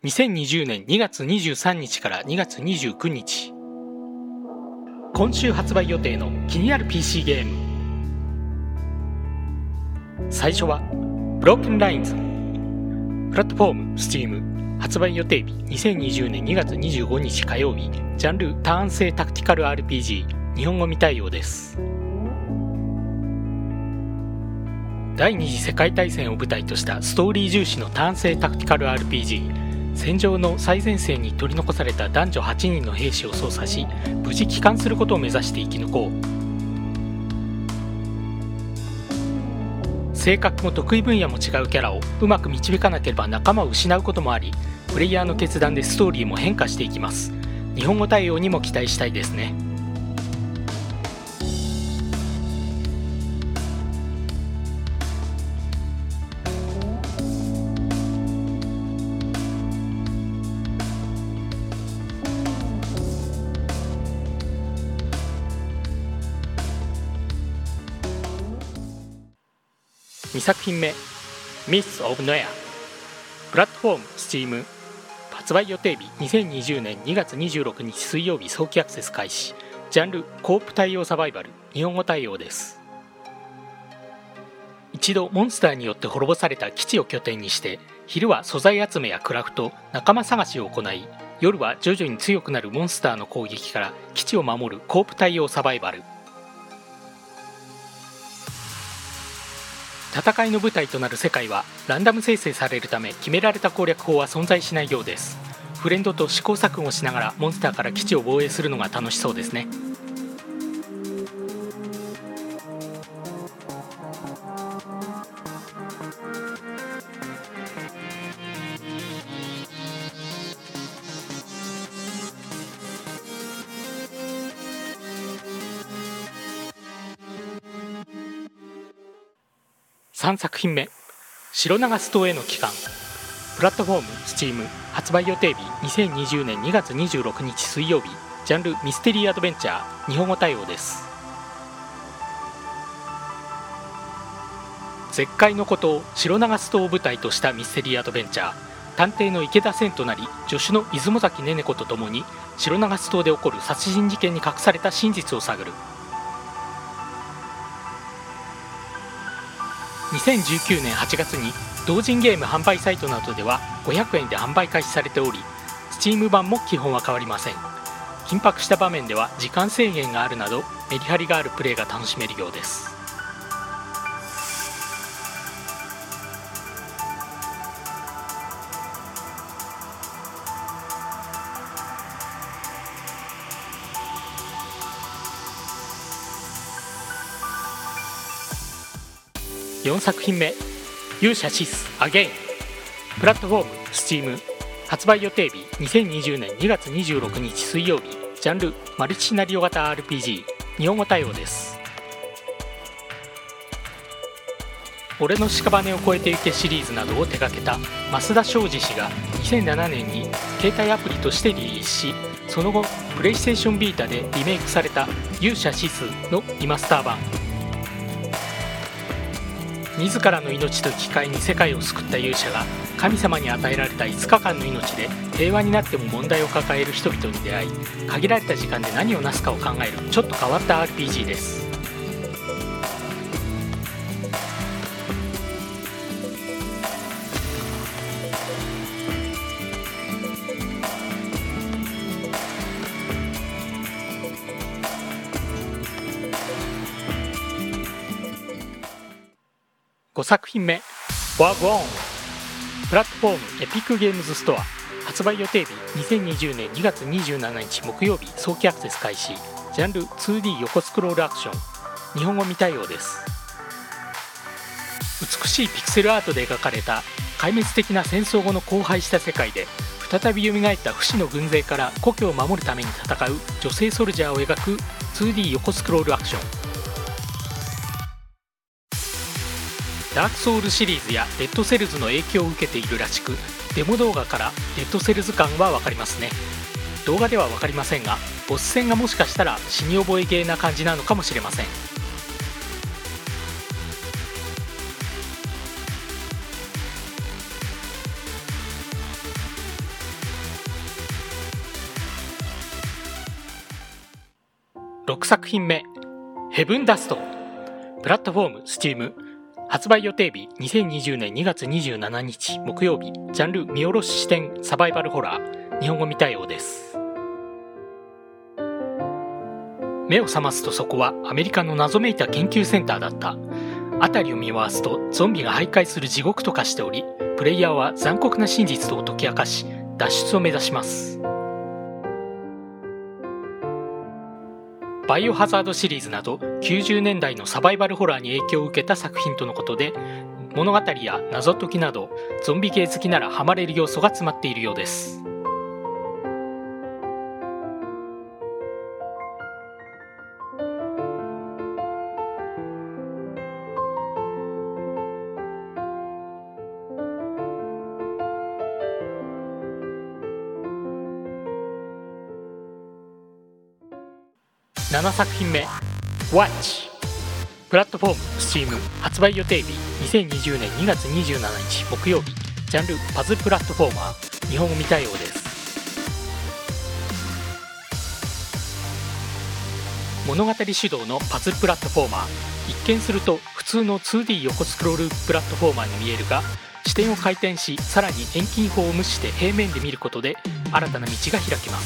2020年2月23日から2月29日。今週発売予定の気になる PC ゲーム。最初はブローケンラインズ。プラットフォーム Steam、 発売予定日2020年2月25日火曜日。ジャンルターン制タクティカル RPG、 日本語未対応です。第二次世界大戦を舞台としたストーリー重視のターン制タクティカル RPG。 戦場の最前線に取り残された男女8人の兵士を操作し、無事帰還することを目指して生き抜こう。性格も得意分野も違うキャラをうまく導かなければ仲間を失うこともあり、プレイヤーの決断でストーリーも変化していきます。日本語対応にも期待したいですね。2作品目、Myths of Noir。 プラットフォーム Steam、 発売予定日2020年2月26日水曜日早期アクセス開始。ジャンルコープ対応サバイバル、日本語対応です。一度モンスターによって滅ぼされた基地を拠点にして、昼は素材集めやクラフト、仲間探しを行い、夜は徐々に強くなるモンスターの攻撃から基地を守るコープ対応サバイバル。戦いの舞台となる世界はランダム生成されるため、決められた攻略法は存在しないようです。フレンドと試行錯誤しながらモンスターから基地を防衛するのが楽しそうですね。3作品目、白長ス島への帰還。プラットフォーム Steam、 発売予定日2020年2月26日水曜日。ジャンルミステリーアドベンチャー、日本語対応です。絶海の孤島白長ス島を舞台としたミステリーアドベンチャー。探偵の池田千となり、助手の出雲崎ねね子とともに白長ス島で起こる殺人事件に隠された真実を探る。2019年8月に同人ゲーム販売サイトなどでは500円で販売開始されており、 Steam 版も基本は変わりません。緊迫した場面では時間制限があるなど、メリハリがあるプレイが楽しめるようです。4作品目、勇者シスアゲイン。プラットフォーム Steam、 発売予定日2020年2月26日水曜日。ジャンルマルチシナリオ型 RPG、 日本語対応です。俺の屍を越えてゆけシリーズなどを手掛けた増田昌司氏が2007年に携帯アプリとしてリリースし、その後プレイステーションビータでリメイクされた勇者シスのリマスター版。自らの命と引き換えに世界を救った勇者が神様に与えられた5日間の命で平和になっても問題を抱える人々に出会い、限られた時間で何をなすかを考えるちょっと変わった RPG です。5作品目、ワゴーン。プラットフォームエピックゲームズストア。発売予定日2020年2月27日木曜日早期アクセス開始。ジャンル 2D 横スクロールアクション、日本語未対応です。美しいピクセルアートで描かれた壊滅的な戦争後の荒廃した世界で、再び蘇った不死の軍勢から故郷を守るために戦う女性ソルジャーを描く 2D 横スクロールアクション。ダークソウルシリーズやデッドセルズの影響を受けているらしく、デモ動画からデッドセルズ感は分かりますね。動画では分かりませんが、ボス戦がもしかしたら死に覚えゲーな感じなのかもしれません。 6作品目ヘブンダスト。プラットフォーム Steam、 発売予定日2020年2月27日木曜日。ジャンル見下ろし視点サバイバルホラー、日本語未対応です。目を覚ますとそこはアメリカの謎めいた研究センターだった。辺りを見回すとゾンビが徘徊する地獄と化しており、プレイヤーは残酷な真実を解き明かし脱出を目指します。バイオハザードシリーズなど90年代のサバイバルホラーに影響を受けた作品とのことで、物語や謎解きなどゾンビ系好きならハマれる要素が詰まっているようです。7作品目 Watch。 プラットフォーム Steam、 発売予定日2020年2月27日木曜日。ジャンルパズルプラットフォーマー、日本語未対応です。物語主導のパズルプラットフォーマー。一見すると普通の 2D 横スクロールプラットフォーマーに見えるが、視点を回転しさらに遠近法を無視して平面で見ることで新たな道が開けます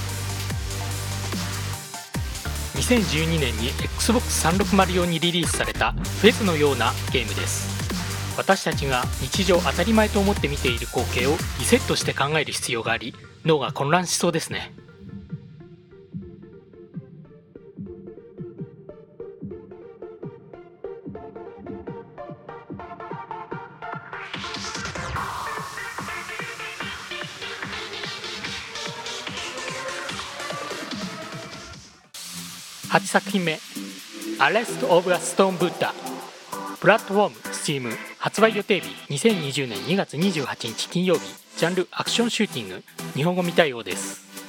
。2012年に Xbox360 用にリリースされたフェスのようなゲームです。私たちが日常当たり前と思って見ている光景をリセットして考える必要があり、脳が混乱しそうですね。8作品目 Arrest of a Stone Buddha。 プラットフォーム Steam、 発売予定日2020年2月28日金曜日。ジャンルアクションシューティング、日本語未対応です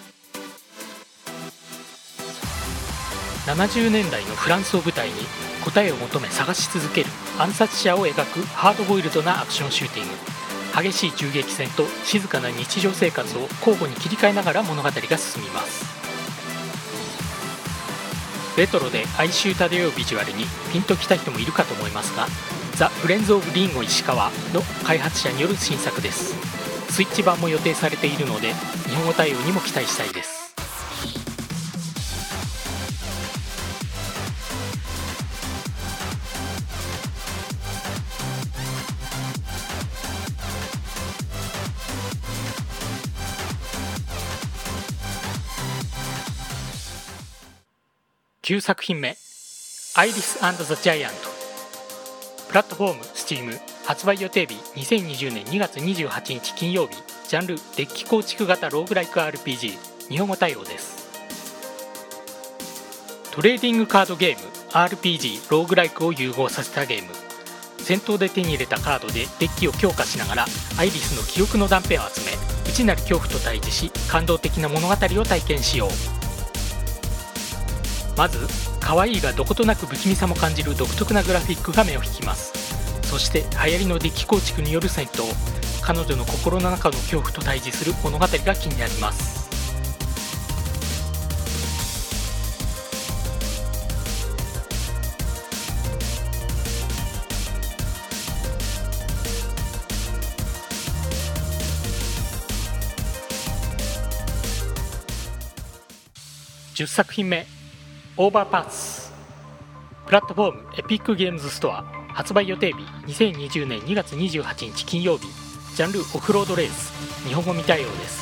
。70年代のフランスを舞台に答えを求め探し続ける暗殺者を描くハードボイルドなアクションシューティング。激しい銃撃戦と静かな日常生活を交互に切り替えながら物語が進みます。レトロで哀愁漂うビジュアルにピンときた人もいるかと思いますが、ザ・フレンズ・オブ・リンゴ石川の開発者による新作です。スイッチ版も予定されているので日本語対応にも期待したいです。9作品目アイリス&ザ・ジャイアント。プラットフォーム Steam、 発売予定日2020年2月28日金曜日。ジャンルデッキ構築型ローグライク RPG、 日本語対応です。トレーディングカードゲーム RPG ローグライクを融合させたゲーム。戦闘で手に入れたカードでデッキを強化しながらアイリスの記憶の断片を集め、内なる恐怖と対峙し感動的な物語を体験しよう。まず可愛いがどことなく不気味さも感じる独特なグラフィックが目を引きます。そして流行りのデッキ構築による戦闘、彼女の心の中の恐怖と対峙する物語が気になります。10作品目オーバーパス。プラットフォームエピックゲームズストア、発売予定日2020年2月28日金曜日。ジャンルオフロードレース、日本語未対応です。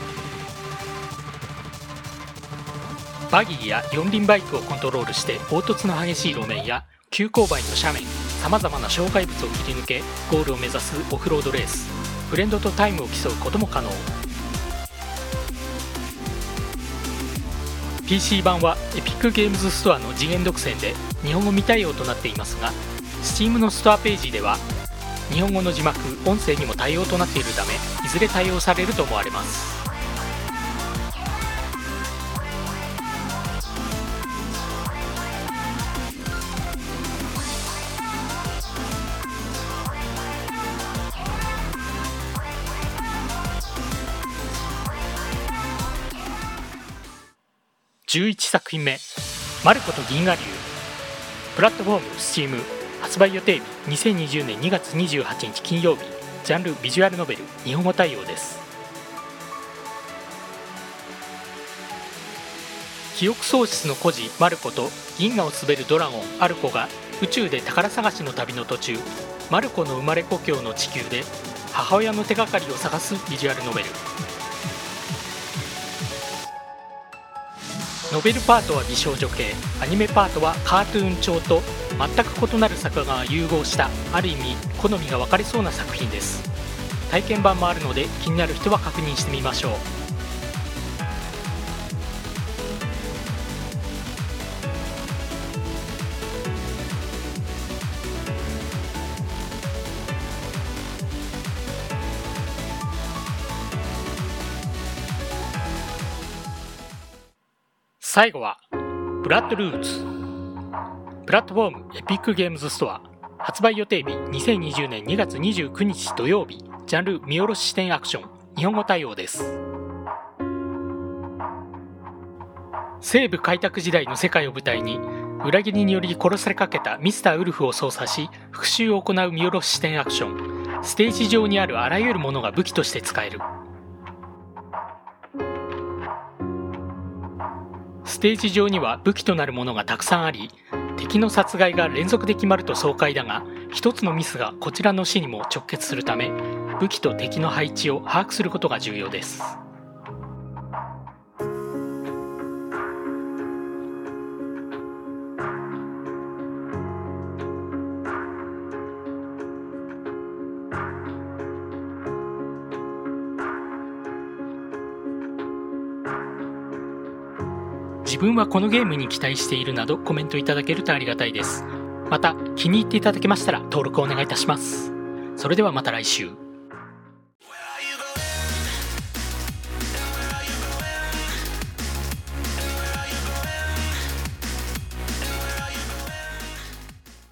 バギーや四輪バイクをコントロールして凹凸の激しい路面や急勾配の斜面、さまざまな障害物を切り抜けゴールを目指すオフロードレース。フレンドとタイムを競うことも可能。PC 版はエピックゲームズストアの次元独占で日本語未対応となっていますが、 Steam のストアページでは日本語の字幕、音声にも対応となっているため、いずれ対応されると思われます。11作品目マルコと銀河流。プラットフォーム Steam、 発売予定日2020年2月28日金曜日。ジャンルビジュアルノベル、日本語対応です。記憶喪失の孤児マルコと銀河を滑るドラゴンアルコが宇宙で宝探しの旅の途中、マルコの生まれ故郷の地球で母親の手がかりを探すビジュアルノベル。ノベルパートは美少女系、アニメパートはカートゥーン調と全く異なる作画が融合した、ある意味好みが分かれそうな作品です。体験版もあるので気になる人は確認してみましょう。最後はブラッドルーツ。プラットフォームエピックゲームズストア、発売予定日2020年2月29日土曜日。ジャンル見下ろし視点アクション、日本語対応です。西部開拓時代の世界を舞台に裏切りにより殺されかけたミスターウルフを操作し復讐を行う見下ろし視点アクション。ステージ上にあるあらゆるものが武器として使える。ステージ上には武器となるものがたくさんあり、敵の殺害が連続で決まると爽快だが、一つのミスがこちらの死にも直結するため、武器と敵の配置を把握することが重要です。自分はこのゲームに期待しているなどコメントいただけるとありがたいです。また気に入っていただけましたら登録お願いいたします。それではまた来週。